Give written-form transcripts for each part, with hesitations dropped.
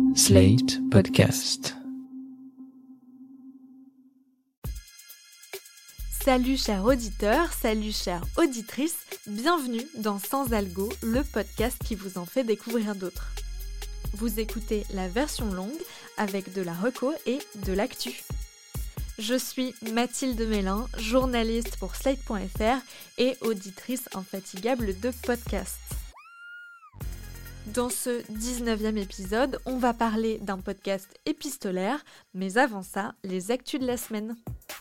Slate Podcast. Salut chers auditeurs, salut chères auditrices, bienvenue dans Sans Algo, le podcast qui vous en fait découvrir d'autres. Vous écoutez la version longue avec de la reco et de l'actu. Je suis Mathilde Mélin, journaliste pour Slate.fr et auditrice infatigable de podcasts. Dans ce 19e épisode, on va parler d'un podcast épistolaire, mais avant ça, les actus de la semaine.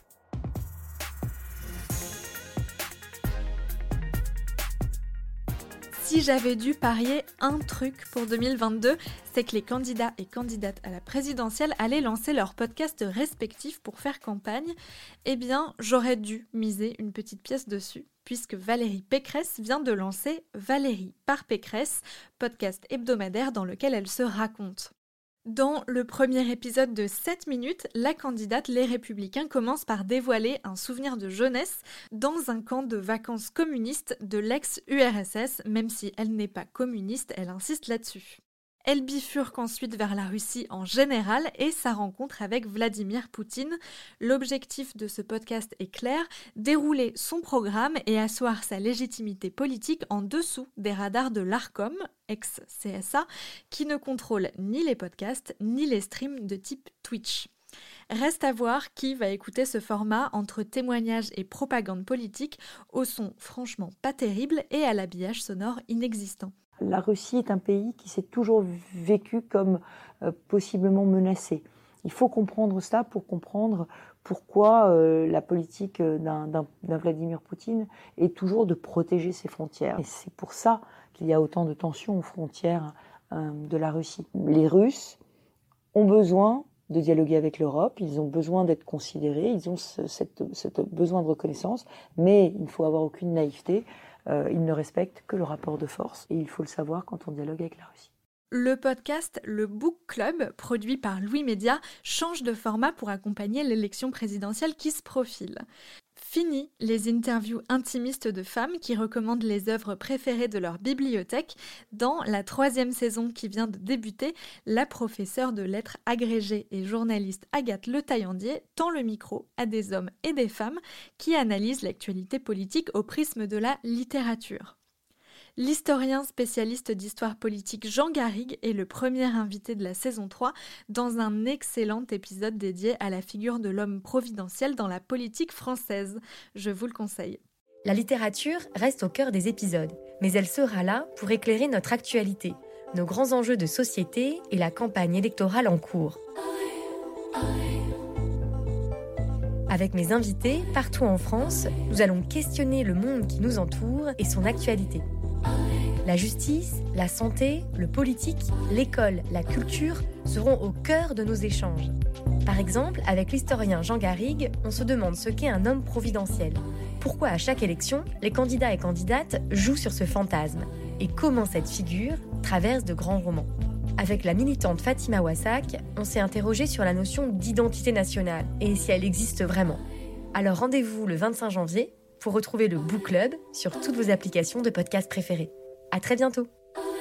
Si j'avais dû parier un truc pour 2022, c'est que les candidats et candidates à la présidentielle allaient lancer leurs podcasts respectifs pour faire campagne. Eh bien, j'aurais dû miser une petite pièce dessus, puisque Valérie Pécresse vient de lancer Valérie par Pécresse, podcast hebdomadaire dans lequel elle se raconte. Dans le premier épisode de 7 minutes, la candidate Les Républicains commence par dévoiler un souvenir de jeunesse dans un camp de vacances communiste de l'ex-URSS, même si elle n'est pas communiste, elle insiste là-dessus. Elle bifurque ensuite vers la Russie en général et sa rencontre avec Vladimir Poutine. L'objectif de ce podcast est clair, dérouler son programme et asseoir sa légitimité politique en dessous des radars de l'Arcom, ex-CSA, qui ne contrôle ni les podcasts ni les streams de type Twitch. Reste à voir qui va écouter ce format entre témoignages et propagande politique, au son franchement pas terrible et à l'habillage sonore inexistant. La Russie est un pays qui s'est toujours vécu comme possiblement menacé. Il faut comprendre ça pour comprendre pourquoi la politique d'un Vladimir Poutine est toujours de protéger ses frontières. Et c'est pour ça qu'il y a autant de tensions aux frontières de la Russie. Les Russes ont besoin de dialoguer avec l'Europe, ils ont besoin d'être considérés, ils ont ce besoin de reconnaissance, mais il ne faut avoir aucune naïveté. Ils ne respectent que le rapport de force et il faut le savoir quand on dialogue avec la Russie. Le podcast Le Book Club, produit par Louis Média, change de format pour accompagner l'élection présidentielle qui se profile. Fini les interviews intimistes de femmes qui recommandent les œuvres préférées de leur bibliothèque. Dans la 3e saison qui vient de débuter, la professeure de lettres agrégée et journaliste Agathe Le Taillandier tend le micro à des hommes et des femmes qui analysent l'actualité politique au prisme de la littérature. L'historien spécialiste d'histoire politique Jean Garrigue est le premier invité de la saison 3 dans un excellent épisode dédié à la figure de l'homme providentiel dans la politique française. Je vous le conseille. La littérature reste au cœur des épisodes, mais elle sera là pour éclairer notre actualité, nos grands enjeux de société et la campagne électorale en cours. Avec mes invités, partout en France, nous allons questionner le monde qui nous entoure et son actualité. La justice, la santé, le politique, l'école, la culture seront au cœur de nos échanges. Par exemple, avec l'historien Jean Garrigue, on se demande ce qu'est un homme providentiel. Pourquoi à chaque élection, les candidats et candidates jouent sur ce fantasme et comment cette figure traverse de grands romans. Avec la militante Fatima Wassak, on s'est interrogé sur la notion d'identité nationale et si elle existe vraiment. Alors rendez-vous le 25 janvier pour retrouver le Book Club sur toutes vos applications de podcast préférées. À très bientôt.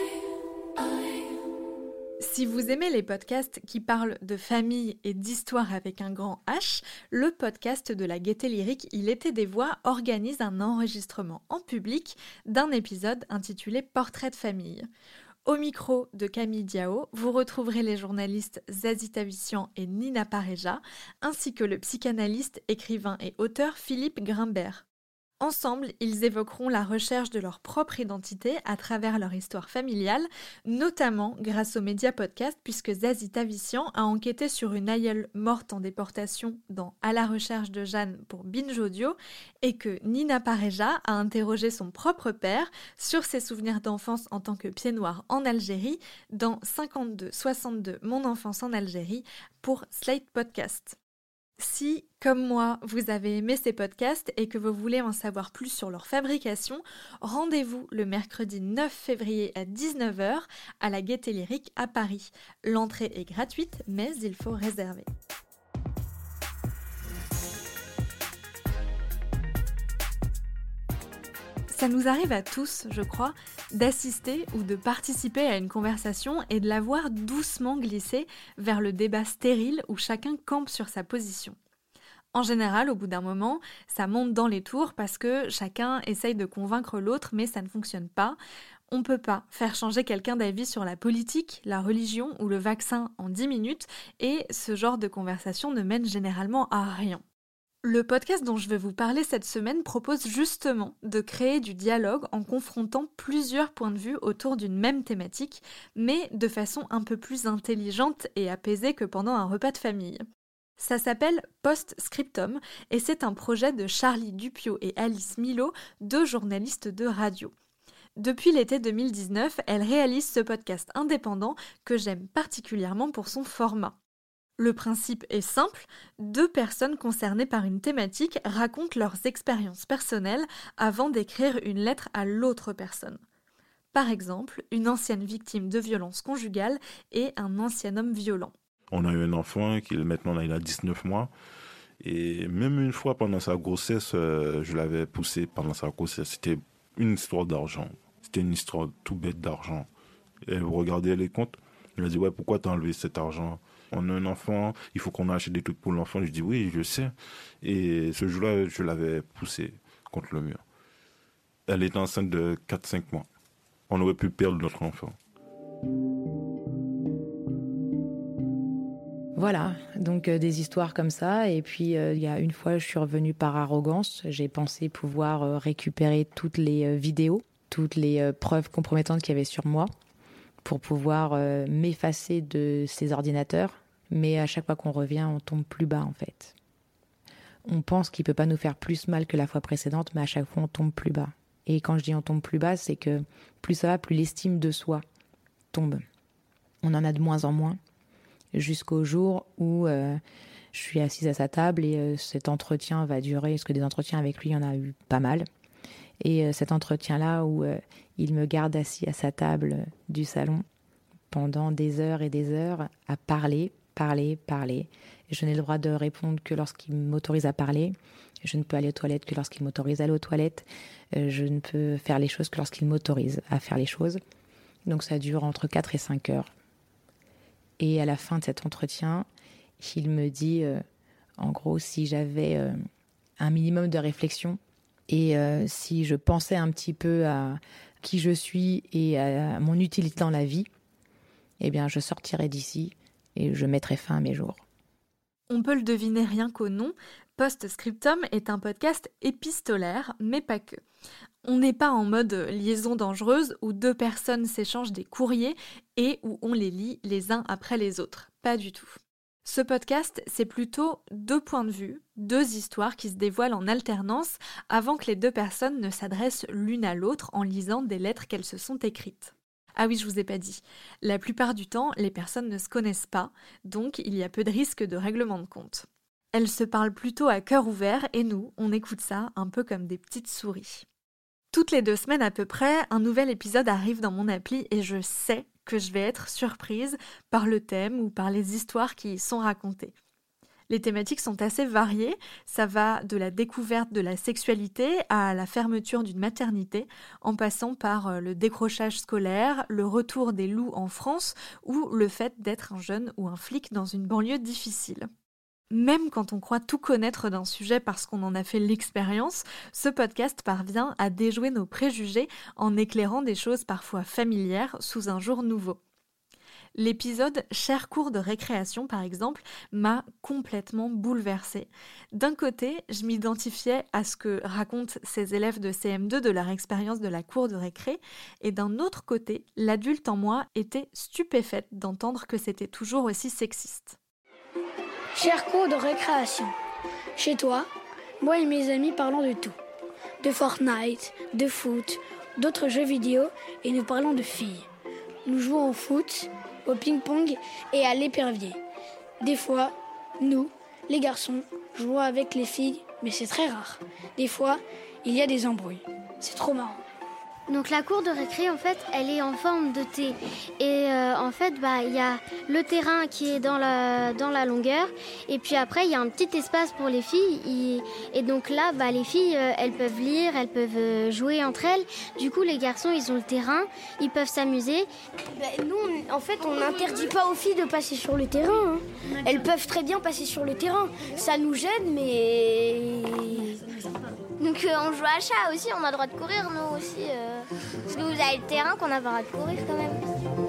Si vous aimez les podcasts qui parlent de famille et d'histoire avec un grand H, le podcast de la Gaieté Lyrique Il était des voix organise un enregistrement en public d'un épisode intitulé Portrait de famille. Au micro de Camille Diao, vous retrouverez les journalistes Zazie Tavissian et Nina Pareja, ainsi que le psychanalyste, écrivain et auteur Philippe Grimbert. Ensemble, ils évoqueront la recherche de leur propre identité à travers leur histoire familiale, notamment grâce aux médias podcast, puisque Zazie Tavissian a enquêté sur une aïeule morte en déportation dans À la recherche de Jeanne pour Binge Audio, et que Nina Pareja a interrogé son propre père sur ses souvenirs d'enfance en tant que pied noir en Algérie dans 52-62 Mon enfance en Algérie pour Slate Podcast. Si, comme moi, vous avez aimé ces podcasts et que vous voulez en savoir plus sur leur fabrication, rendez-vous le mercredi 9 février à 19h à la Gaieté Lyrique à Paris. L'entrée est gratuite, mais il faut réserver. Ça nous arrive à tous, je crois, d'assister ou de participer à une conversation et de la voir doucement glisser vers le débat stérile où chacun campe sur sa position. En général, au bout d'un moment, ça monte dans les tours parce que chacun essaye de convaincre l'autre, mais ça ne fonctionne pas. On ne peut pas faire changer quelqu'un d'avis sur la politique, la religion ou le vaccin en 10 minutes, et ce genre de conversation ne mène généralement à rien. Le podcast dont je vais vous parler cette semaine propose justement de créer du dialogue en confrontant plusieurs points de vue autour d'une même thématique, mais de façon un peu plus intelligente et apaisée que pendant un repas de famille. Ça s'appelle Post-Scriptum et c'est un projet de Charlie Dupiot et Alice Milot, 2 journalistes de radio. Depuis l'été 2019, elles réalisent ce podcast indépendant que j'aime particulièrement pour son format. Le principe est simple, 2 personnes concernées par une thématique racontent leurs expériences personnelles avant d'écrire une lettre à l'autre personne. Par exemple, une ancienne victime de violences conjugales et un ancien homme violent. On a eu un enfant qui maintenant il a 19 mois et même une fois pendant sa grossesse, je l'avais poussé pendant sa grossesse. C'était une histoire d'argent, c'était une histoire tout bête d'argent. Elle regardait les comptes, elle a dit « Ouais, pourquoi t'as enlevé cet argent ? On a un enfant, il faut qu'on achète des trucs pour l'enfant. » Je dis « Oui, je sais. » Et ce jour-là, je l'avais poussé contre le mur. Elle était enceinte de 4-5 mois. On aurait pu perdre notre enfant. Voilà, donc des histoires comme ça. Et puis, il y a une fois, je suis revenue par arrogance. J'ai pensé pouvoir récupérer toutes les vidéos, toutes les preuves compromettantes qu'il y avait sur moi, pour pouvoir m'effacer de ces ordinateurs. Mais à chaque fois qu'on revient, on tombe plus bas, en fait. On pense qu'il peut pas nous faire plus mal que la fois précédente, mais à chaque fois, on tombe plus bas. Et quand je dis on tombe plus bas, c'est que plus ça va, plus l'estime de soi tombe. On en a de moins en moins, jusqu'au jour où je suis assise à sa table et cet entretien va durer, parce que des entretiens avec lui, il y en a eu pas mal. Et cet entretien-là où il me garde assis à sa table du salon pendant des heures et des heures à parler. Et je n'ai le droit de répondre que lorsqu'il m'autorise à parler. Je ne peux aller aux toilettes que lorsqu'il m'autorise à aller aux toilettes. Je ne peux faire les choses que lorsqu'il m'autorise à faire les choses. Donc ça dure entre 4 et 5 heures. Et à la fin de cet entretien, il me dit, en gros, si j'avais un minimum de réflexion et si je pensais un petit peu à qui je suis et à mon utilité dans la vie, eh bien, je sortirais d'ici et je mettrais fin à mes jours. On peut le deviner rien qu'au nom, Post-Scriptum est un podcast épistolaire, mais pas que. On n'est pas en mode liaison dangereuse où 2 personnes s'échangent des courriers et où on les lit les uns après les autres. Pas du tout. Ce podcast, c'est plutôt 2 points de vue, 2 histoires qui se dévoilent en alternance avant que les 2 personnes ne s'adressent l'une à l'autre en lisant des lettres qu'elles se sont écrites. Ah oui, je vous ai pas dit. La plupart du temps, les personnes ne se connaissent pas, donc il y a peu de risque de règlement de compte. Elles se parlent plutôt à cœur ouvert et nous, on écoute ça un peu comme des petites souris. Toutes les 2 semaines à peu près, un nouvel épisode arrive dans mon appli et je sais que je vais être surprise par le thème ou par les histoires qui y sont racontées. Les thématiques sont assez variées, ça va de la découverte de la sexualité à la fermeture d'une maternité, en passant par le décrochage scolaire, le retour des loups en France ou le fait d'être un jeune ou un flic dans une banlieue difficile. Même quand on croit tout connaître d'un sujet parce qu'on en a fait l'expérience, ce podcast parvient à déjouer nos préjugés en éclairant des choses parfois familières sous un jour nouveau. L'épisode « Cher cours de récréation » par exemple m'a complètement bouleversée. D'un côté, je m'identifiais à ce que racontent ces élèves de CM2 de leur expérience de la cour de récré, et d'un autre côté, l'adulte en moi était stupéfaite d'entendre que c'était toujours aussi sexiste. Cher cours de récréation. Chez toi, moi et mes amis parlons de tout. De Fortnite, de foot, d'autres jeux vidéo et nous parlons de filles. Nous jouons au foot, au ping-pong et à l'épervier. Des fois, nous, les garçons, jouons avec les filles, mais c'est très rare. Des fois, il y a des embrouilles. C'est trop marrant. Donc la cour de récré, en fait, elle est en forme de T. Et en fait, il y a le terrain qui est dans la longueur. Et puis après, il y a un petit espace pour les filles. Et donc là, les filles, elles peuvent lire, elles peuvent jouer entre elles. Du coup, les garçons, ils ont le terrain, ils peuvent s'amuser. Nous, en fait, on n'interdit pas aux filles de passer sur le terrain. Hein. Elles peuvent très bien passer sur le terrain. Ça nous gêne, mais... Donc on joue à chat aussi, on a le droit de courir, nous aussi. Parce que vous avez le terrain qu'on a le droit de courir quand même.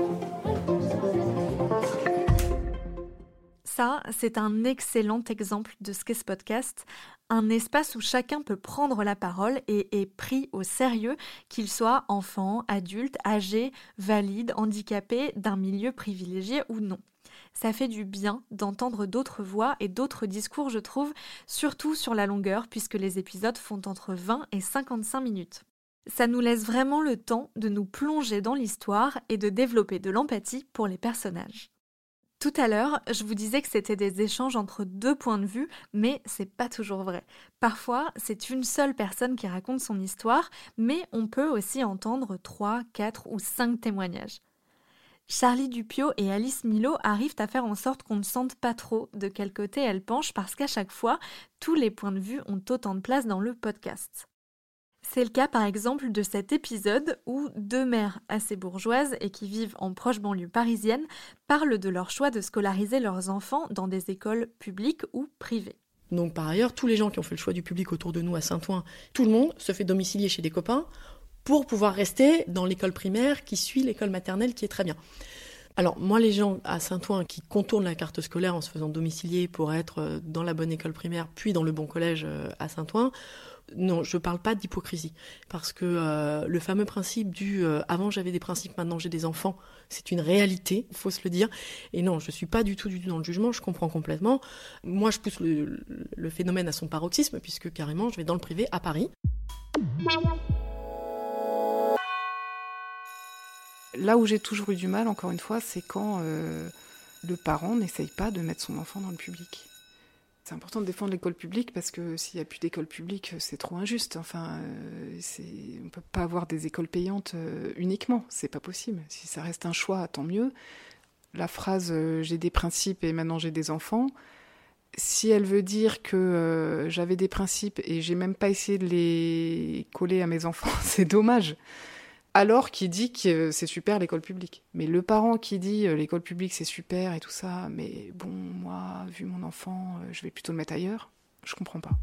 Ça, c'est un excellent exemple de ce qu'est ce podcast, un espace où chacun peut prendre la parole et est pris au sérieux, qu'il soit enfant, adulte, âgé, valide, handicapé, d'un milieu privilégié ou non. Ça fait du bien d'entendre d'autres voix et d'autres discours, je trouve, surtout sur la longueur, puisque les épisodes font entre 20 et 55 minutes. Ça nous laisse vraiment le temps de nous plonger dans l'histoire et de développer de l'empathie pour les personnages. Tout à l'heure, je vous disais que c'était des échanges entre deux points de vue, mais c'est pas toujours vrai. Parfois, c'est une seule personne qui raconte son histoire, mais on peut aussi entendre 3, 4 ou 5 témoignages. Charlie Dupieux et Alice Milot arrivent à faire en sorte qu'on ne sente pas trop de quel côté elles penchent parce qu'à chaque fois, tous les points de vue ont autant de place dans le podcast. C'est le cas par exemple de cet épisode où deux mères assez bourgeoises et qui vivent en proche banlieue parisienne parlent de leur choix de scolariser leurs enfants dans des écoles publiques ou privées. Donc par ailleurs, tous les gens qui ont fait le choix du public autour de nous à Saint-Ouen, tout le monde se fait domicilier chez des copains pour pouvoir rester dans l'école primaire qui suit l'école maternelle qui est très bien. Alors moi, les gens à Saint-Ouen qui contournent la carte scolaire en se faisant domicilier pour être dans la bonne école primaire puis dans le bon collège à Saint-Ouen, non, je ne parle pas d'hypocrisie. Parce que le fameux principe du « avant j'avais des principes, maintenant j'ai des enfants », c'est une réalité, il faut se le dire. Et non, je ne suis pas du tout dans le jugement, je comprends complètement. Moi, je pousse le phénomène à son paroxysme puisque carrément, je vais dans le privé à Paris. Là où j'ai toujours eu du mal, encore une fois, c'est quand le parent n'essaye pas de mettre son enfant dans le public. C'est important de défendre l'école publique parce que s'il n'y a plus d'école publique, c'est trop injuste. Enfin, on ne peut pas avoir des écoles payantes uniquement, c'est pas possible. Si ça reste un choix, tant mieux. La phrase « j'ai des principes et maintenant j'ai des enfants », si elle veut dire que j'avais des principes et j'ai même pas essayé de les coller à mes enfants, c'est dommage. Alors qui dit que c'est super l'école publique. Mais le parent qui dit l'école publique c'est super et tout ça, mais bon, moi, vu mon enfant, je vais plutôt le mettre ailleurs, je comprends pas.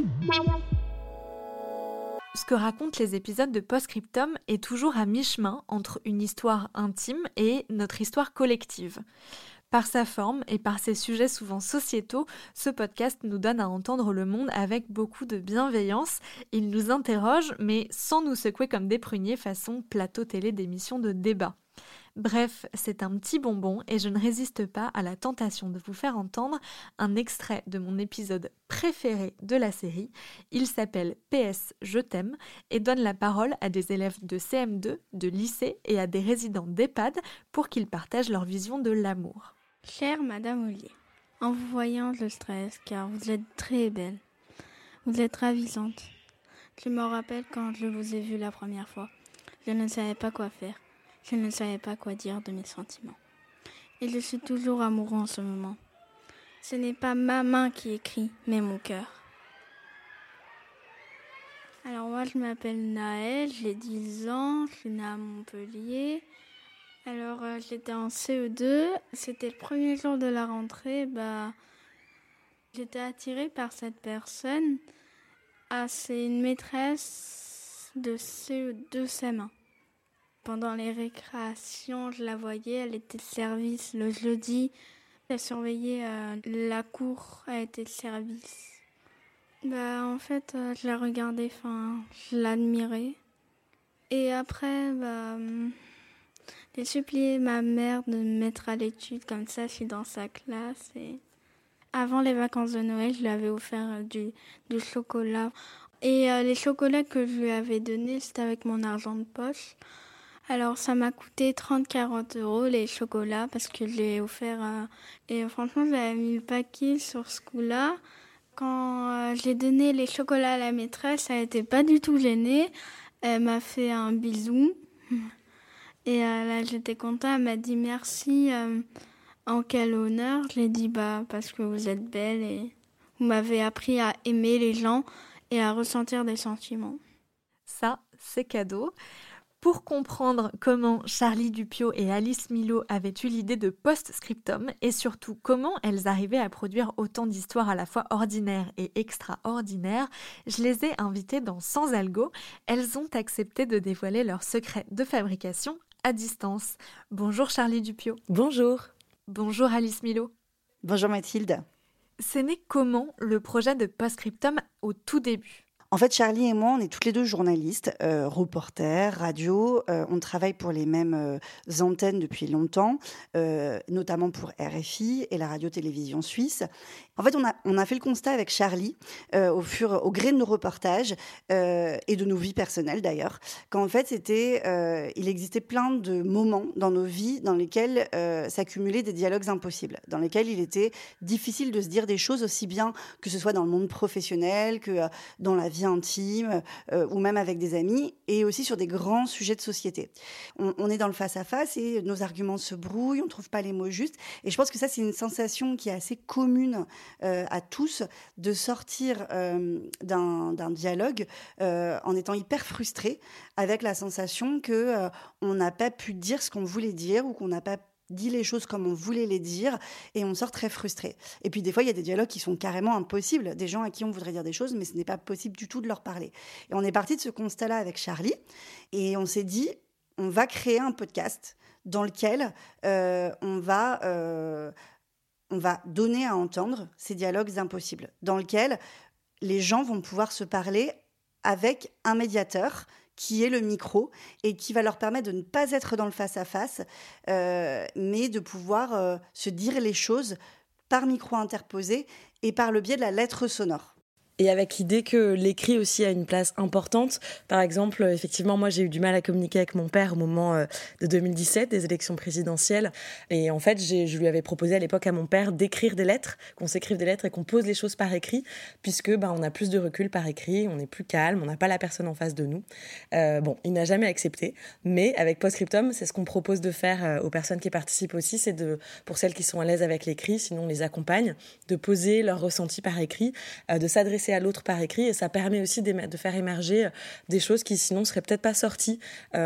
Ce que racontent les épisodes de Postscriptum est toujours à mi-chemin entre une histoire intime et notre histoire collective. Par sa forme et par ses sujets souvent sociétaux, ce podcast nous donne à entendre le monde avec beaucoup de bienveillance. Il nous interroge, mais sans nous secouer comme des pruniers façon plateau télé d'émissions de débat. Bref, c'est un petit bonbon et je ne résiste pas à la tentation de vous faire entendre un extrait de mon épisode préféré de la série. Il s'appelle PS Je t'aime et donne la parole à des élèves de CM2, de lycée et à des résidents d'EHPAD pour qu'ils partagent leur vision de l'amour. Chère Madame Ollier, en vous voyant, je stresse car vous êtes très belle. Vous êtes ravissante. Je me rappelle quand je vous ai vue la première fois. Je ne savais pas quoi faire. Je ne savais pas quoi dire de mes sentiments. Et je suis toujours amoureux en ce moment. Ce n'est pas ma main qui écrit, mais mon cœur. Alors moi, je m'appelle Naël, j'ai 10 ans, je suis née à Montpellier. Alors j'étais en CE2, c'était le premier jour de la rentrée. J'étais attirée par cette personne. C'est une maîtresse de CE2 CM1. Pendant les récréations, je la voyais, elle était de service le jeudi. Elle surveillait la cour, elle était de service. En fait, je la regardais, je l'admirais. Et après, j'ai supplié ma mère de me mettre à l'étude, comme ça je suis dans sa classe. Et avant les vacances de Noël, je lui avais offert du chocolat. Et les chocolats que je lui avais donnés, c'était avec mon argent de poche. Alors ça m'a coûté 30-40 € les chocolats parce que je l'ai offert. Et franchement, j'avais mis le paquet sur ce coup-là. Quand j'ai donné les chocolats à la maîtresse, elle n'était pas du tout gênée. Elle m'a fait un bisou. Et là, j'étais contente. Elle m'a dit merci. En quel honneur? Je lui ai dit parce que vous êtes belle et vous m'avez appris à aimer les gens et à ressentir des sentiments. Ça, c'est cadeau. Pour comprendre comment Charlie Dupiot et Alice Milot avaient eu l'idée de Postscriptum et surtout comment elles arrivaient à produire autant d'histoires à la fois ordinaires et extraordinaires, je les ai invitées dans Sans Algo. Elles ont accepté de dévoiler leurs secrets de fabrication à distance. Bonjour Charlie Dupiot. Bonjour. Bonjour Alice Milot. Bonjour Mathilde. C'est né comment le projet de Postscriptum au tout début ? En fait, Charlie et moi, on est toutes les deux journalistes, reporters, radio. On travaille pour les mêmes antennes depuis longtemps, notamment pour RFI et la radio-télévision suisse. En fait, on a fait le constat avec Charlie, au gré de nos reportages et de nos vies personnelles d'ailleurs, qu'en fait, il existait plein de moments dans nos vies dans lesquels s'accumulaient des dialogues impossibles, dans lesquels il était difficile de se dire des choses aussi bien que ce soit dans le monde professionnel que dans la vie intime ou même avec des amis, et aussi sur des grands sujets de société. On est dans le face-à-face et nos arguments se brouillent, on ne trouve pas les mots justes, et je pense que ça, c'est une sensation qui est assez commune à tous, de sortir d'un dialogue en étant hyper frustré, avec la sensation qu'on n'a pas pu dire ce qu'on voulait dire ou qu'on n'a pas dit les choses comme on voulait les dire, et on sort très frustré. Et puis des fois, il y a des dialogues qui sont carrément impossibles, des gens à qui on voudrait dire des choses, mais ce n'est pas possible du tout de leur parler. Et on est parti de ce constat-là avec Charlie, et on s'est dit, on va créer un podcast dans lequel on va donner à entendre ces dialogues impossibles, dans lequel les gens vont pouvoir se parler avec un médiateur qui est le micro et qui va leur permettre de ne pas être dans le face-à-face, mais de pouvoir se dire les choses par micro interposé et par le biais de la lettre sonore. Et avec l'idée que l'écrit aussi a une place importante. Par exemple, effectivement, moi, j'ai eu du mal à communiquer avec mon père au moment de 2017, des élections présidentielles. Et en fait, je lui avais proposé à l'époque à mon père d'écrire des lettres, qu'on s'écrive des lettres et qu'on pose les choses par écrit, puisque on a plus de recul par écrit, on est plus calme, on n'a pas la personne en face de nous. Il n'a jamais accepté. Mais avec Postscriptum, c'est ce qu'on propose de faire aux personnes qui participent aussi, c'est pour celles qui sont à l'aise avec l'écrit, sinon on les accompagne, de poser leurs ressentis par écrit, de s'adresser à l'autre par écrit, et ça permet aussi de faire émerger des choses qui sinon seraient peut-être pas sorties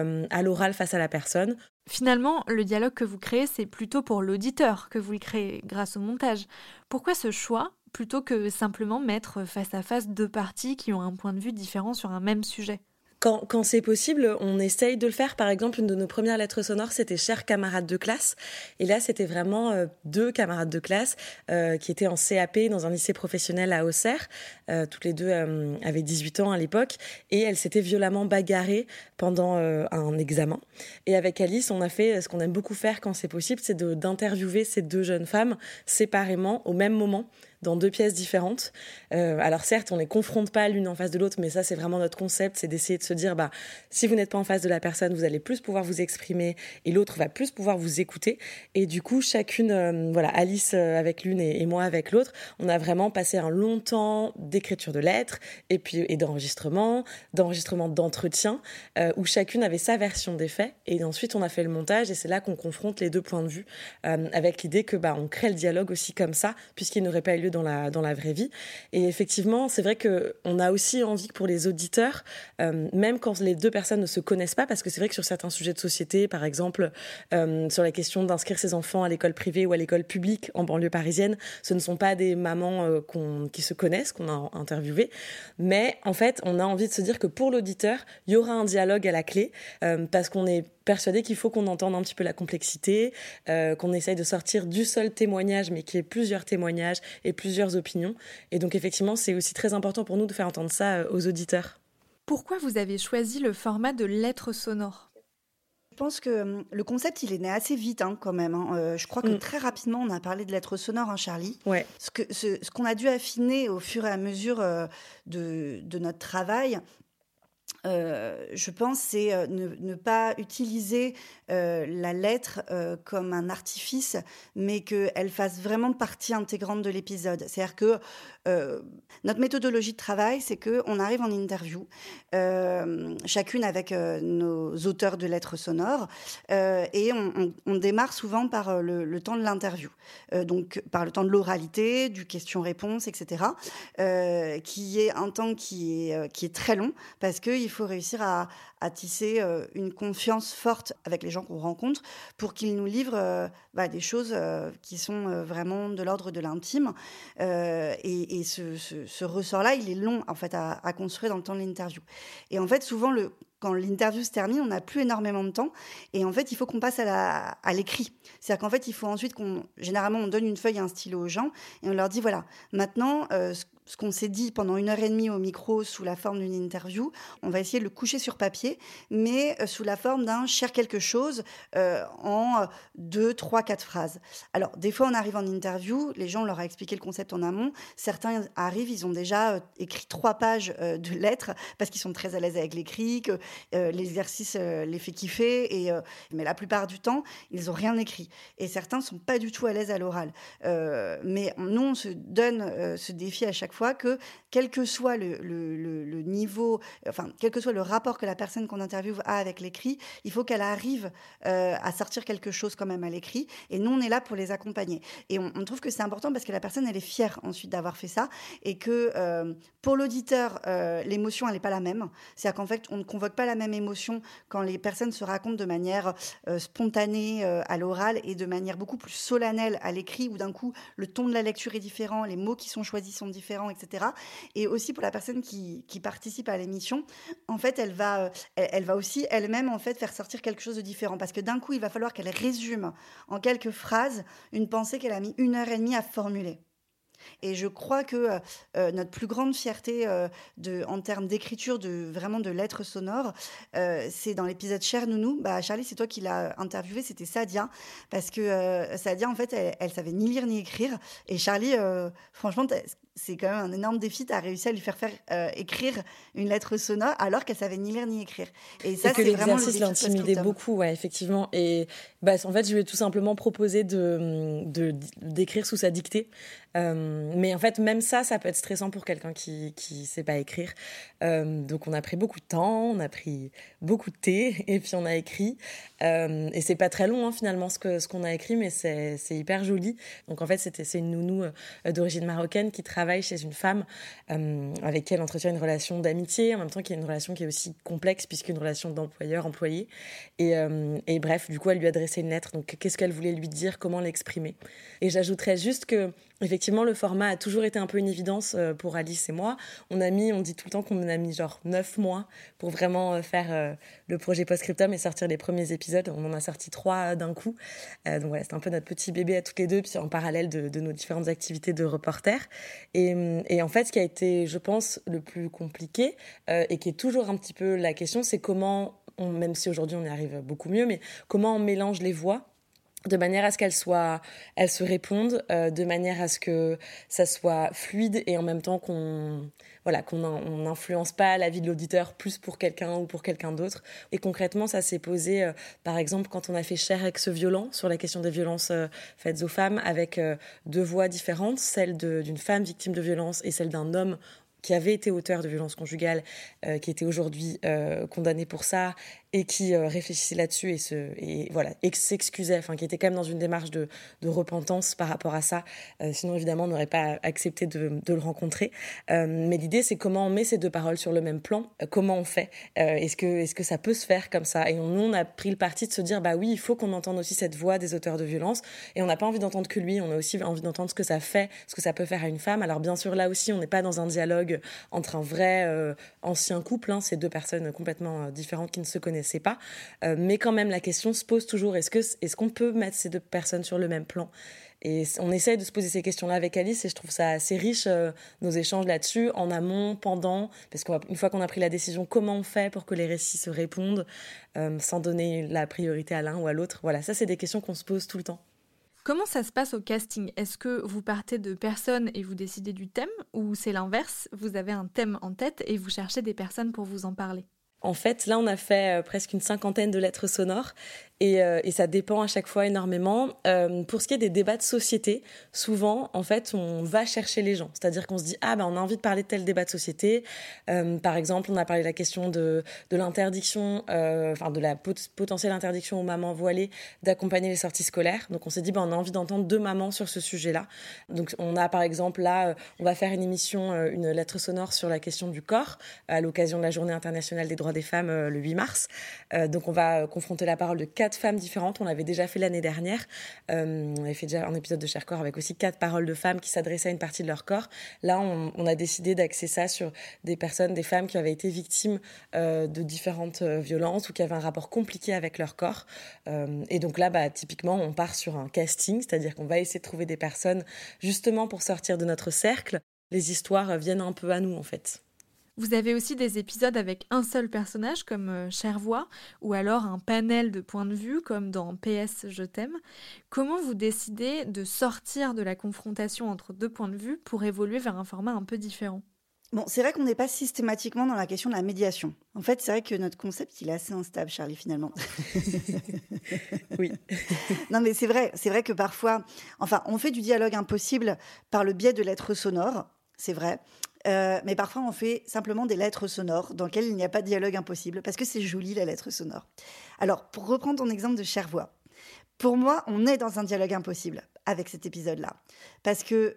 à l'oral face à la personne. Finalement, le dialogue que vous créez, c'est plutôt pour l'auditeur que vous le créez grâce au montage. Pourquoi ce choix plutôt que simplement mettre face à face deux parties qui ont un point de vue différent sur un même sujet ? Quand c'est possible, on essaye de le faire. Par exemple, une de nos premières lettres sonores, c'était « Chers camarades de classe ». Et là, c'était vraiment deux camarades de classe qui étaient en CAP dans un lycée professionnel à Auxerre. Toutes les deux avaient 18 ans à l'époque. Et elles s'étaient violemment bagarrées pendant un examen. Et avec Alice, on a fait ce qu'on aime beaucoup faire quand c'est possible, c'est d'interviewer ces deux jeunes femmes séparément, au même moment, dans deux pièces différentes. Alors certes, on ne les confronte pas l'une en face de l'autre, mais ça, c'est vraiment notre concept, c'est d'essayer de se dire, si vous n'êtes pas en face de la personne, vous allez plus pouvoir vous exprimer et l'autre va plus pouvoir vous écouter. Et du coup, chacune, Alice avec l'une et moi avec l'autre, on a vraiment passé un long temps d'écriture de lettres et d'enregistrement d'entretien, où chacune avait sa version des faits. Et ensuite, on a fait le montage et c'est là qu'on confronte les deux points de vue, avec l'idée que on crée le dialogue aussi comme ça, puisqu'il n'aurait pas eu lieu dans la vraie vie. Et effectivement, c'est vrai qu'on a aussi envie que pour les auditeurs, même quand les deux personnes ne se connaissent pas, parce que c'est vrai que sur certains sujets de société, par exemple, sur la question d'inscrire ses enfants à l'école privée ou à l'école publique en banlieue parisienne, ce ne sont pas des mamans qui se connaissent, qu'on a interviewées, mais en fait, on a envie de se dire que pour l'auditeur, il y aura un dialogue à la clé, parce qu'on est persuadé qu'il faut qu'on entende un petit peu la complexité, qu'on essaye de sortir du seul témoignage, mais qu'il y ait plusieurs témoignages et plusieurs opinions. Et donc, effectivement, c'est aussi très important pour nous de faire entendre ça aux auditeurs. Pourquoi vous avez choisi le format de lettres sonores ? Je pense que le concept, il est né assez vite quand même. Je crois que très rapidement, on a parlé de lettres sonores, Charlie. Ouais. Ce qu'on a dû affiner au fur et à mesure de notre travail, je pense, c'est ne pas utiliser la lettre comme un artifice, mais qu'elle fasse vraiment partie intégrante de l'épisode. C'est-à-dire que notre méthodologie de travail, c'est qu'on arrive en interview, chacune avec nos auteurs de lettres sonores, et on démarre souvent par le temps de l'interview, donc par le temps de l'oralité, du question-réponse, etc., qui est un temps qui est très long, parce qu'il faut réussir à tisser une confiance forte avec les gens qu'on rencontre pour qu'ils nous livrent des choses qui sont vraiment de l'ordre de l'intime. Et ce ressort-là, il est long en fait à construire dans le temps de l'interview. Et en fait, souvent, quand l'interview se termine, on n'a plus énormément de temps. Et en fait, il faut qu'on passe à l'écrit. C'est-à-dire qu'en fait, il faut ensuite généralement, on donne une feuille et un stylo aux gens et on leur dit, voilà, maintenant, ce qu'on s'est dit pendant 1h30 au micro sous la forme d'une interview, on va essayer de le coucher sur papier, mais sous la forme d'un cher quelque chose en 2, 3, 4 phrases. Alors, des fois, on arrive en interview, les gens, on leur a expliqué le concept en amont. Certains arrivent, ils ont déjà écrit 3 pages de lettres parce qu'ils sont très à l'aise avec l'écrit, que l'exercice les fait kiffer, mais la plupart du temps, ils n'ont rien écrit. Et certains ne sont pas du tout à l'aise à l'oral. Mais nous, on se donne ce défi à chaque fois que, quel que soit le niveau, enfin, quel que soit le rapport que la personne qu'on interviewe a avec l'écrit, il faut qu'elle arrive à sortir quelque chose quand même à l'écrit. Et nous, on est là pour les accompagner. Et on trouve que c'est important parce que la personne, elle est fière ensuite d'avoir fait ça. Et que pour l'auditeur, l'émotion, elle n'est pas la même. C'est-à-dire qu'en fait, on ne convoque pas la même émotion quand les personnes se racontent de manière spontanée à l'oral et de manière beaucoup plus solennelle à l'écrit, où d'un coup, le ton de la lecture est différent, les mots qui sont choisis sont différents, etc. Et aussi pour la personne qui participe à l'émission, en fait, elle va aussi elle-même en fait faire sortir quelque chose de différent, parce que d'un coup, il va falloir qu'elle résume en quelques phrases une pensée qu'elle a mis 1h30 à formuler. Et je crois que notre plus grande fierté en termes d'écriture, vraiment de lettres sonores, c'est dans l'épisode Cher Nounou. Charlie, c'est toi qui l'as interviewée, c'était Sadia, parce que Sadia, en fait, elle savait ni lire ni écrire. Et Charlie, franchement, c'est quand même un énorme défi. Tu as réussi à lui faire écrire une lettre sonore alors qu'elle savait ni lire ni écrire. Et ça, c'est vraiment le défi. L'exercice l'intimidait beaucoup, ouais, effectivement. Et en fait, je lui ai tout simplement proposé d'écrire sous sa dictée. Mais en fait, même ça peut être stressant pour quelqu'un qui sait pas écrire. Donc, on a pris beaucoup de temps, on a pris beaucoup de thé, et puis on a écrit. Et c'est pas très long, hein, finalement, ce qu'on a écrit, mais c'est hyper joli. Donc, en fait, c'est une nounou d'origine marocaine qui travaille chez une femme avec qui elle entretient une relation d'amitié, en même temps qu'il y a une relation qui est aussi complexe, puisqu'une relation d'employeur-employé. Et bref, du coup, elle lui a adressé une lettre. Donc, qu'est-ce qu'elle voulait lui dire, comment l'exprimer. Et j'ajouterais juste que, effectivement, le format a toujours été un peu une évidence pour Alice et moi. On dit tout le temps qu'on a mis genre 9 mois pour vraiment faire le projet Postscriptum et sortir les premiers épisodes. On en a sorti 3 d'un coup. Donc voilà, c'est un peu notre petit bébé à toutes les deux, puis en parallèle de nos différentes activités de reporter. Et en fait, ce qui a été, je pense, le plus compliqué et qui est toujours un petit peu la question, c'est comment, même si aujourd'hui on y arrive beaucoup mieux, mais comment on mélange les voix de manière à ce qu'elles se répondent, de manière à ce que ça soit fluide et en même temps qu'on n'influence pas la vie de l'auditeur plus pour quelqu'un ou pour quelqu'un d'autre. Et concrètement, ça s'est posé, par exemple, quand on a fait Cher ex-violent sur la question des violences faites aux femmes, avec 2 voix différentes, celle d'une femme victime de violence et celle d'un homme qui avait été auteur de violences conjugales, qui était aujourd'hui condamné pour ça, et qui réfléchissait là-dessus et s'excusait, enfin qui était quand même dans une démarche de repentance par rapport à ça. Sinon, évidemment, on n'aurait pas accepté de le rencontrer. Mais l'idée, c'est comment on met ces 2 paroles sur le même plan, comment on fait. Est-ce que ça peut se faire comme ça? Et nous, on a pris le parti de se dire, oui, il faut qu'on entende aussi cette voix des auteurs de violences. Et on n'a pas envie d'entendre que lui, on a aussi envie d'entendre ce que ça fait, ce que ça peut faire à une femme. Alors bien sûr, là aussi, on n'est pas dans un dialogue entre un vrai ancien couple, hein, c'est 2 personnes complètement différentes qui ne se connaissent pas, mais quand même la question se pose toujours, est-ce qu'on peut mettre ces 2 personnes sur le même plan? Et on essaye de se poser ces questions-là avec Alice et je trouve ça assez riche, nos échanges là-dessus, en amont, pendant, parce qu'une fois qu'on a pris la décision, comment on fait pour que les récits se répondent sans donner la priorité à l'un ou à l'autre. Voilà, ça c'est des questions qu'on se pose tout le temps. Comment ça se passe au casting? Est-ce que vous partez de personnes et vous décidez du thème, ou c'est l'inverse, vous avez un thème en tête et vous cherchez des personnes pour vous en parler? En fait, là, on a fait presque une 50aine de lettres sonores et ça dépend à chaque fois énormément. Pour ce qui est des débats de société, souvent, en fait, on va chercher les gens. C'est-à-dire qu'on se dit, on a envie de parler de tel débat de société. Par exemple, on a parlé de la question de l'interdiction, de la potentielle interdiction aux mamans voilées d'accompagner les sorties scolaires. Donc, on s'est dit, on a envie d'entendre 2 mamans sur ce sujet-là. Donc, on a, par exemple, là, on va faire une émission, une lettre sonore sur la question du corps à l'occasion de la Journée internationale des droits des femmes le 8 mars. Donc, on va confronter la parole de 4 femmes différentes. On l'avait déjà fait l'année dernière. On avait fait déjà un épisode de Cher Corps avec aussi 4 paroles de femmes qui s'adressaient à une partie de leur corps. Là, on a décidé d'axer ça sur des femmes qui avaient été victimes de différentes violences ou qui avaient un rapport compliqué avec leur corps. Et donc là, typiquement, on part sur un casting, c'est-à-dire qu'on va essayer de trouver des personnes justement pour sortir de notre cercle. Les histoires viennent un peu à nous, en fait. Vous avez aussi des épisodes avec un seul personnage, comme Chère Voix, ou alors un panel de points de vue, comme dans PS Je t'aime. Comment vous décidez de sortir de la confrontation entre 2 points de vue pour évoluer vers un format un peu différent ? Bon, c'est vrai qu'on n'est pas systématiquement dans la question de la médiation. En fait, c'est vrai que notre concept, il est assez instable, Charlie, finalement. Oui. Non, mais c'est vrai que parfois... on fait du dialogue impossible par le biais de lettres sonores, c'est vrai. Mais parfois, on fait simplement des lettres sonores dans lesquelles il n'y a pas de dialogue impossible, parce que c'est joli, la lettre sonore. Alors, pour reprendre ton exemple de Chère Voix, pour moi, on est dans un dialogue impossible avec cet épisode-là. Parce que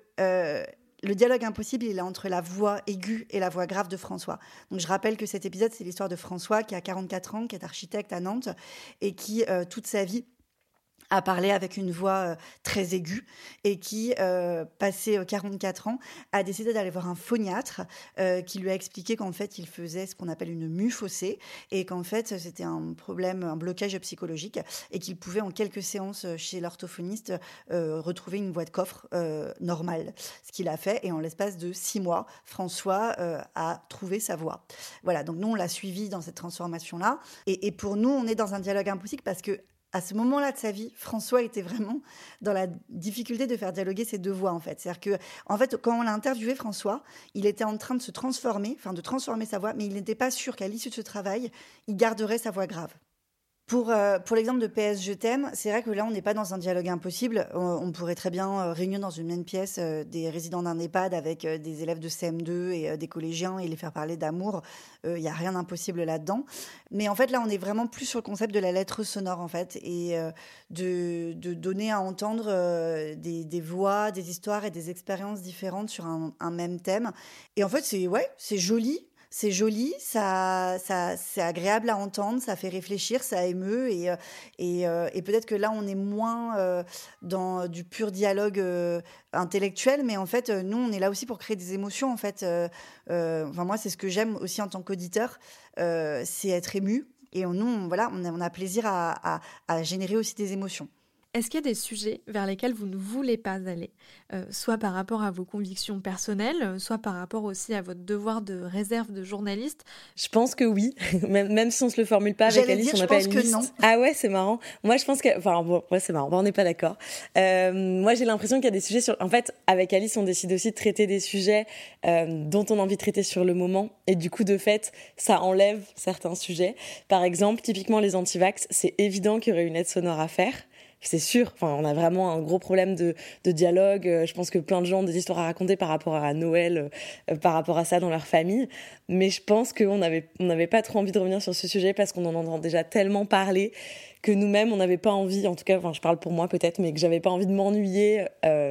le dialogue impossible, il est entre la voix aiguë et la voix grave de François. Donc, je rappelle que cet épisode, c'est l'histoire de François, qui a 44 ans, qui est architecte à Nantes, et qui, toute sa vie, a parlé avec une voix très aiguë et qui, passé 44 ans, a décidé d'aller voir un phoniatre qui lui a expliqué qu'en fait, il faisait ce qu'on appelle une mue faussée et qu'en fait, c'était un problème, un blocage psychologique et qu'il pouvait, en quelques séances chez l'orthophoniste, retrouver une voix de coffre normale. Ce qu'il a fait et en l'espace de 6 mois, François a trouvé sa voix. Voilà, donc nous, on l'a suivi dans cette transformation-là. Et pour nous, on est dans un dialogue impossible parce que à ce moment-là de sa vie, François était vraiment dans la difficulté de faire dialoguer ces 2 voix, en fait. C'est-à-dire que, en fait, quand on l'a interviewé, François, il était en train de se transformer, de transformer sa voix, mais il n'était pas sûr qu'à l'issue de ce travail, il garderait sa voix grave. Pour l'exemple de PS Je t'aime, c'est vrai que là, on n'est pas dans un dialogue impossible. On pourrait très bien réunir dans une même pièce des résidents d'un EHPAD avec des élèves de CM2 et des collégiens et les faire parler d'amour. Il n'y a rien d'impossible là-dedans. Mais en fait, là, on est vraiment plus sur le concept de la lettre sonore, en fait, et de donner à entendre des voix, des histoires et des expériences différentes sur un même thème. Et en fait, c'est joli. C'est joli, ça, c'est agréable à entendre, ça fait réfléchir, ça émeut et peut-être que là on est moins dans du pur dialogue intellectuel, mais en fait nous on est là aussi pour créer des émotions en fait. Moi c'est ce que j'aime aussi en tant qu'auditeur, c'est être ému et nous on a plaisir à générer aussi des émotions. Est-ce qu'il y a des sujets vers lesquels vous ne voulez pas aller, soit par rapport à vos convictions personnelles, soit par rapport aussi à votre devoir de réserve de journaliste ? Je pense que oui, même si on ne se le formule pas avec Alice, on n'a pas une liste. Non. Ah ouais, c'est marrant. Moi, je pense que... c'est marrant, on n'est pas d'accord. Moi, j'ai l'impression qu'il y a des sujets sur... En fait, avec Alice, on décide aussi de traiter des sujets dont on a envie de traiter sur le moment. Et du coup, de fait, ça enlève certains sujets. Par exemple, typiquement les antivax, c'est évident qu'il y aurait une aide sonore à faire. C'est sûr, on a vraiment un gros problème de dialogue. Je pense que plein de gens ont des histoires à raconter par rapport à Noël, par rapport à ça dans leur famille. Mais je pense qu'on n'avait pas trop envie de revenir sur ce sujet parce qu'on en entend déjà tellement parler que nous-mêmes, on n'avait pas envie, en tout cas, je parle pour moi peut-être, mais que j'avais pas envie de m'ennuyer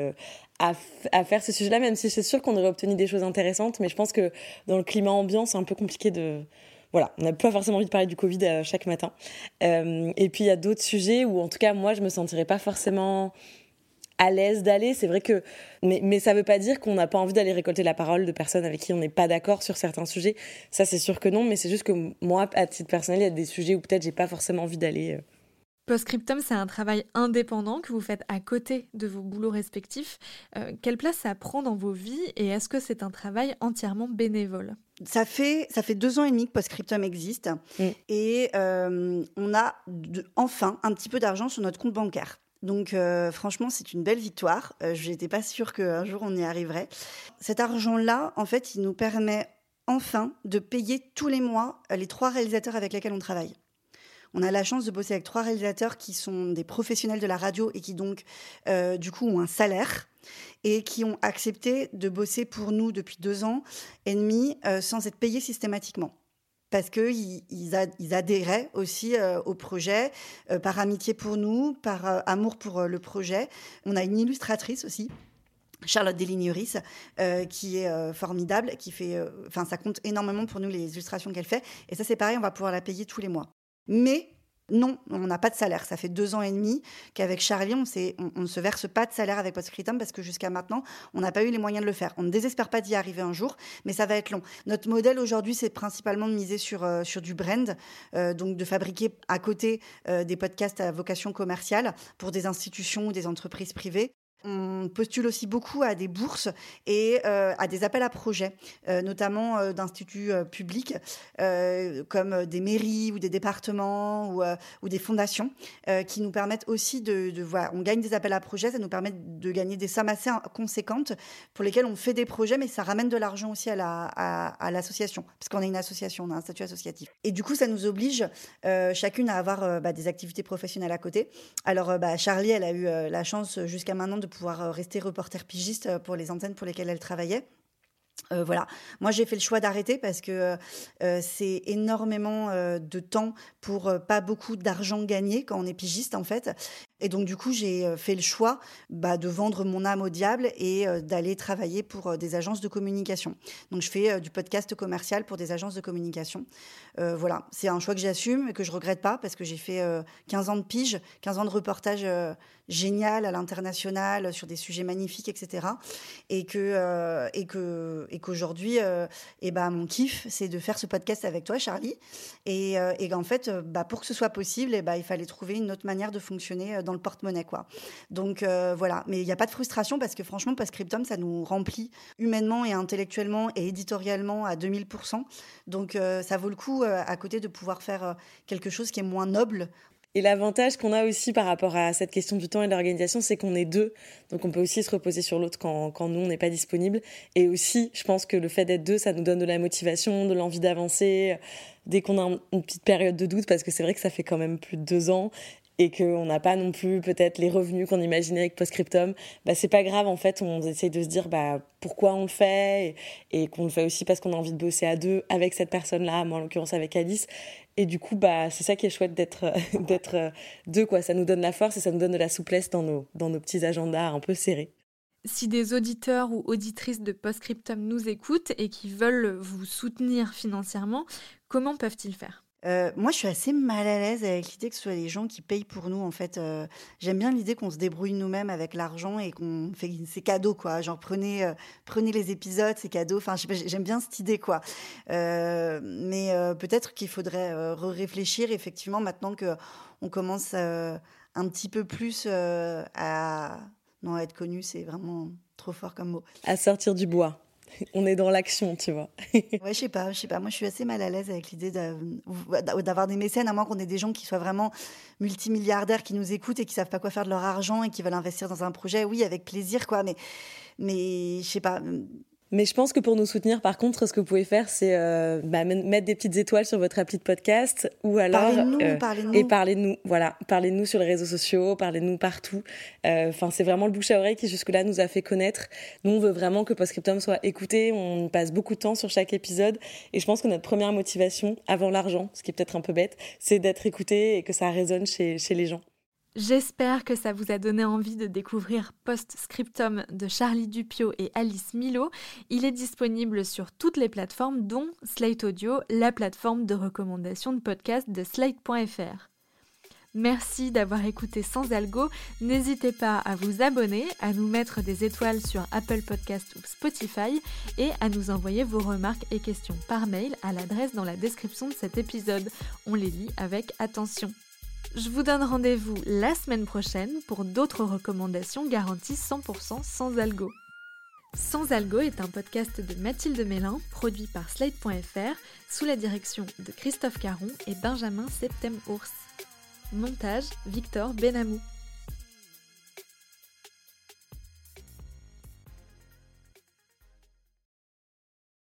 à faire ce sujet-là, même si c'est sûr qu'on aurait obtenu des choses intéressantes. Mais je pense que dans le climat ambiant, c'est un peu compliqué de... Voilà, on n'a pas forcément envie de parler du Covid chaque matin. Et puis, il y a d'autres sujets où, en tout cas, moi, je me sentirais pas forcément à l'aise d'aller. C'est vrai que... Mais ça veut pas dire qu'on n'a pas envie d'aller récolter la parole de personnes avec qui on n'est pas d'accord sur certains sujets. Ça, c'est sûr que non, mais c'est juste que moi, à titre personnel, il y a des sujets où peut-être j'ai pas forcément envie d'aller... Postscriptum, c'est un travail indépendant que vous faites à côté de vos boulots respectifs. Quelle place ça prend dans vos vies et est-ce que c'est un travail entièrement bénévole ? Ça fait 2 ans et demi que Postscriptum existe et on a enfin un petit peu d'argent sur notre compte bancaire. Donc franchement, c'est une belle victoire. Je n'étais pas sûre qu'un jour on y arriverait. Cet argent-là, en fait, il nous permet enfin de payer tous les mois les 3 réalisateurs avec lesquels on travaille. On a la chance de bosser avec 3 réalisateurs qui sont des professionnels de la radio et qui donc, du coup, ont un salaire et qui ont accepté de bosser pour nous depuis 2 ans et demi sans être payés systématiquement. Parce qu'ils adhéraient aussi au projet, par amitié pour nous, par amour pour le projet. On a une illustratrice aussi, Charlotte Deligneris, qui est formidable, qui fait, ça compte énormément pour nous les illustrations qu'elle fait. Et ça, c'est pareil, on va pouvoir la payer tous les mois. Mais non, on n'a pas de salaire. Ça fait 2 ans et demi qu'avec Charlie, on ne se verse pas de salaire avec Postscriptum parce que jusqu'à maintenant, on n'a pas eu les moyens de le faire. On ne désespère pas d'y arriver un jour, mais ça va être long. Notre modèle aujourd'hui, c'est principalement de miser sur du brand, donc de fabriquer à côté des podcasts à vocation commerciale pour des institutions ou des entreprises privées. On postule aussi beaucoup à des bourses et à des appels à projets, notamment d'instituts publics comme des mairies ou des départements ou des fondations qui nous permettent aussi voilà, on gagne des appels à projets, ça nous permet de gagner des sommes assez conséquentes pour lesquelles on fait des projets, mais ça ramène de l'argent aussi à l'association, parce qu'on est une association, on a un statut associatif. Et du coup, ça nous oblige chacune à avoir des activités professionnelles à côté. Alors, Charlie, elle a eu la chance jusqu'à maintenant de pouvoir rester reporter pigiste pour les antennes pour lesquelles elle travaillait. Voilà. Moi, j'ai fait le choix d'arrêter parce que c'est énormément de temps pour pas beaucoup d'argent gagné quand on est pigiste, en fait. Et donc, du coup, j'ai fait le choix de vendre mon âme au diable et d'aller travailler pour des agences de communication. Donc, je fais du podcast commercial pour des agences de communication. Voilà. C'est un choix que j'assume et que je regrette pas parce que j'ai fait 15 ans de pige, 15 ans de reportage génial à l'international sur des sujets magnifiques, etc. Et qu'aujourd'hui, mon kiff, c'est de faire ce podcast avec toi, Charlie. Et en fait, pour que ce soit possible, il fallait trouver une autre manière de fonctionner dans le porte-monnaie, quoi. Donc voilà, mais il n'y a pas de frustration parce que franchement, Postscriptum, ça nous remplit humainement et intellectuellement et éditorialement à 2000%. Donc ça vaut le coup à côté de pouvoir faire quelque chose qui est moins noble. Et l'avantage qu'on a aussi par rapport à cette question du temps et de l'organisation, c'est qu'on est 2. Donc on peut aussi se reposer sur l'autre quand nous, on n'est pas disponible. Et aussi, je pense que le fait d'être 2, ça nous donne de la motivation, de l'envie d'avancer dès qu'on a une petite période de doute, parce que c'est vrai que ça fait quand même plus de 2 ans et qu'on n'a pas non plus peut-être les revenus qu'on imaginait avec Postscriptum. C'est pas grave, en fait, on essaye de se dire pourquoi on le fait et qu'on le fait aussi parce qu'on a envie de bosser à 2 avec cette personne-là, moi en l'occurrence avec Alice. Et du coup, c'est ça qui est chouette d'être 2, quoi. Ça nous donne la force et ça nous donne de la souplesse dans nos petits agendas un peu serrés. Si des auditeurs ou auditrices de Postscriptum nous écoutent et qui veulent vous soutenir financièrement, comment peuvent-ils faire ? Moi, je suis assez mal à l'aise avec l'idée que ce soit les gens qui payent pour nous, en fait. J'aime bien l'idée qu'on se débrouille nous-mêmes avec l'argent et qu'on fait ces cadeaux, quoi. Genre, prenez les épisodes, ces cadeaux. Enfin, j'aime bien cette idée, quoi. Mais peut-être qu'il faudrait réfléchir, effectivement, maintenant qu'on commence un petit peu plus à... Non, être connu, c'est vraiment trop fort comme mot. À sortir du bois. On est dans l'action, tu vois. Ouais, je sais pas. Moi, je suis assez mal à l'aise avec l'idée d'avoir des mécènes, à moins qu'on ait des gens qui soient vraiment multimilliardaires, qui nous écoutent et qui savent pas quoi faire de leur argent et qui veulent investir dans un projet. Oui, avec plaisir, quoi. Mais je sais pas. Mais je pense que pour nous soutenir, par contre, ce que vous pouvez faire, c'est mettre des petites étoiles sur votre appli de podcast ou alors... Parlez-nous. Et parlez-nous, voilà. Parlez-nous sur les réseaux sociaux, parlez-nous partout. C'est vraiment le bouche à oreille qui, jusque-là, nous a fait connaître. Nous, on veut vraiment que Postscriptum soit écouté. On passe beaucoup de temps sur chaque épisode. Et je pense que notre première motivation, avant l'argent, ce qui est peut-être un peu bête, c'est d'être écouté et que ça résonne chez les gens. J'espère que ça vous a donné envie de découvrir Postscriptum de Charlie Dupiot et Alice Milot. Il est disponible sur toutes les plateformes, dont Slate Audio, la plateforme de recommandation de podcasts de Slate.fr. Merci d'avoir écouté Sans Algo. N'hésitez pas à vous abonner, à nous mettre des étoiles sur Apple Podcasts ou Spotify et à nous envoyer vos remarques et questions par mail à l'adresse dans la description de cet épisode. On les lit avec attention. Je vous donne rendez-vous la semaine prochaine pour d'autres recommandations garanties 100% sans algo. Sans algo est un podcast de Mathilde Mélin, produit par Slate.fr, sous la direction de Christophe Caron et Benjamin Septem-Ours. Montage, Victor Benamou.